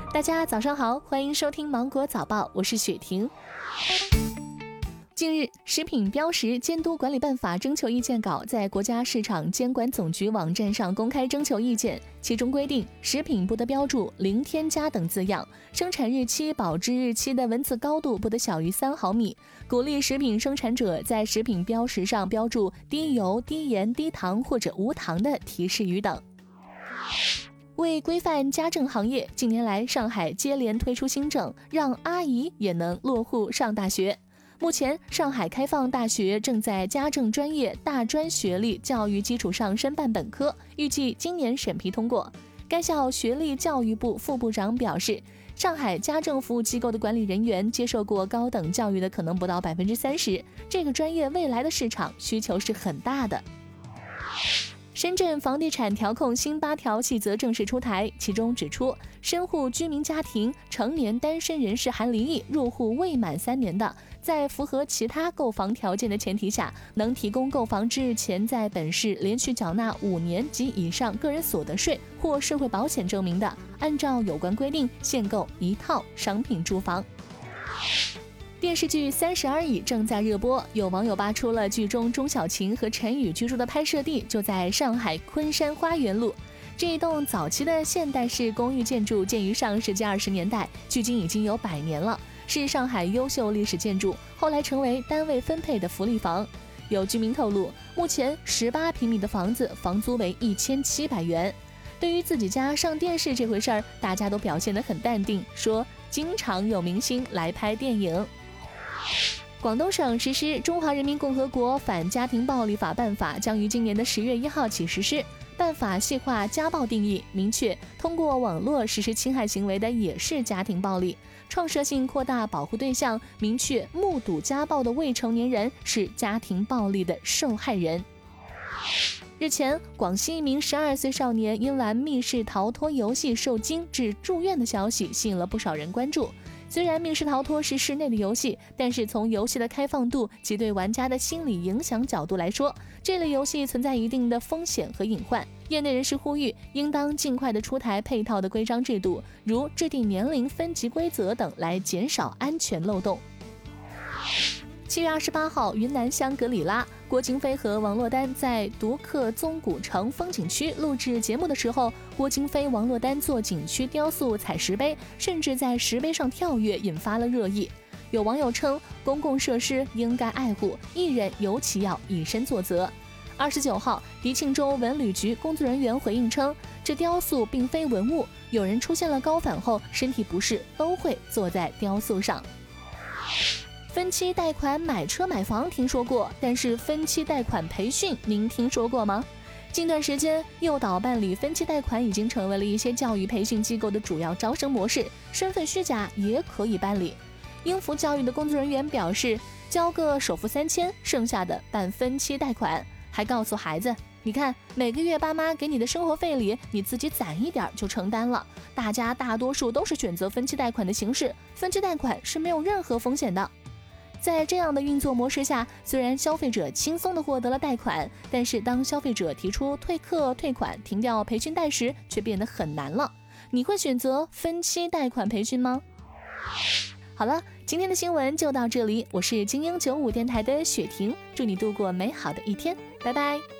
大家早上好，欢迎收听芒果早报，我是雪婷。近日，食品标识监督管理办法征求意见稿在国家市场监管总局网站上公开征求意见，其中规定，食品不得标注零添加等字样，生产日期、保质日期的文字高度不得小于3毫米，鼓励食品生产者在食品标识上标注低油、低盐、低糖或者无糖的提示语等。为规范家政行业，近年来上海接连推出新政，让阿姨也能落户上大学。目前，上海开放大学正在家政专业大专学历教育基础上申办本科，预计今年审批通过。该校学历教育部副部长表示，上海家政服务机构的管理人员接受过高等教育的可能不到30%，这个专业未来的市场需求是很大的。深圳房地产调控新8条细则正式出台，其中指出，深户居民家庭成年单身人士含离异入户未满3年的，在符合其他购房条件的前提下，能提供购房之日前在本市连续缴纳5年及以上个人所得税或社会保险证明的，按照有关规定限购1套商品住房。电视剧《30而已》正在热播，有网友扒出了剧中钟小琴和陈宇居住的拍摄地就在上海昆山花园路。这一栋早期的现代式公寓建筑建于上世纪20年代，距今已经有100年了，是上海优秀历史建筑，后来成为单位分配的福利房。有居民透露，目前18平米的房子房租为1700元。对于自己家上电视这回事儿，大家都表现得很淡定，说经常有明星来拍电影。广东省实施《中华人民共和国反家庭暴力法》办法，将于今年的10月1号起实施。办法细化家暴定义，明确通过网络实施侵害行为的也是家庭暴力，创设性扩大保护对象，明确目睹家暴的未成年人是家庭暴力的受害人。日前，广西一名12岁少年因玩密室逃脱游戏受惊致住院的消息吸引了不少人关注。虽然密室逃脱是室内的游戏，但是从游戏的开放度及对玩家的心理影响角度来说，这类游戏存在一定的风险和隐患。业内人士呼吁，应当尽快的出台配套的规章制度，如制定年龄分级规则等，来减少安全漏洞。7月28号，云南香格里拉，郭京飞和王珞丹在独克宗古城风景区录制节目的时候，郭京飞、王珞丹做景区雕塑踩石碑，甚至在石碑上跳跃，引发了热议。有网友称，公共设施应该爱护，艺人尤其要以身作则。29号，迪庆州文旅局工作人员回应称，这雕塑并非文物，有人出现了高反后身体不适，都会坐在雕塑上。分期贷款买车买房听说过，但是分期贷款培训您听说过吗？近段时间，诱导办理分期贷款已经成为了一些教育培训机构的主要招生模式，身份虚假也可以办理。英孚教育的工作人员表示，交个首付3000，剩下的办分期贷款，还告诉孩子，你看每个月爸妈给你的生活费里，你自己攒一点就承担了。大家大多数都是选择分期贷款的形式，分期贷款是没有任何风险的。在这样的运作模式下，虽然消费者轻松地获得了贷款，但是当消费者提出退课、退款、停掉培训贷时，却变得很难了。你会选择分期贷款培训吗？好了，今天的新闻就到这里，我是精英95电台的雪婷，祝你度过美好的一天，拜拜。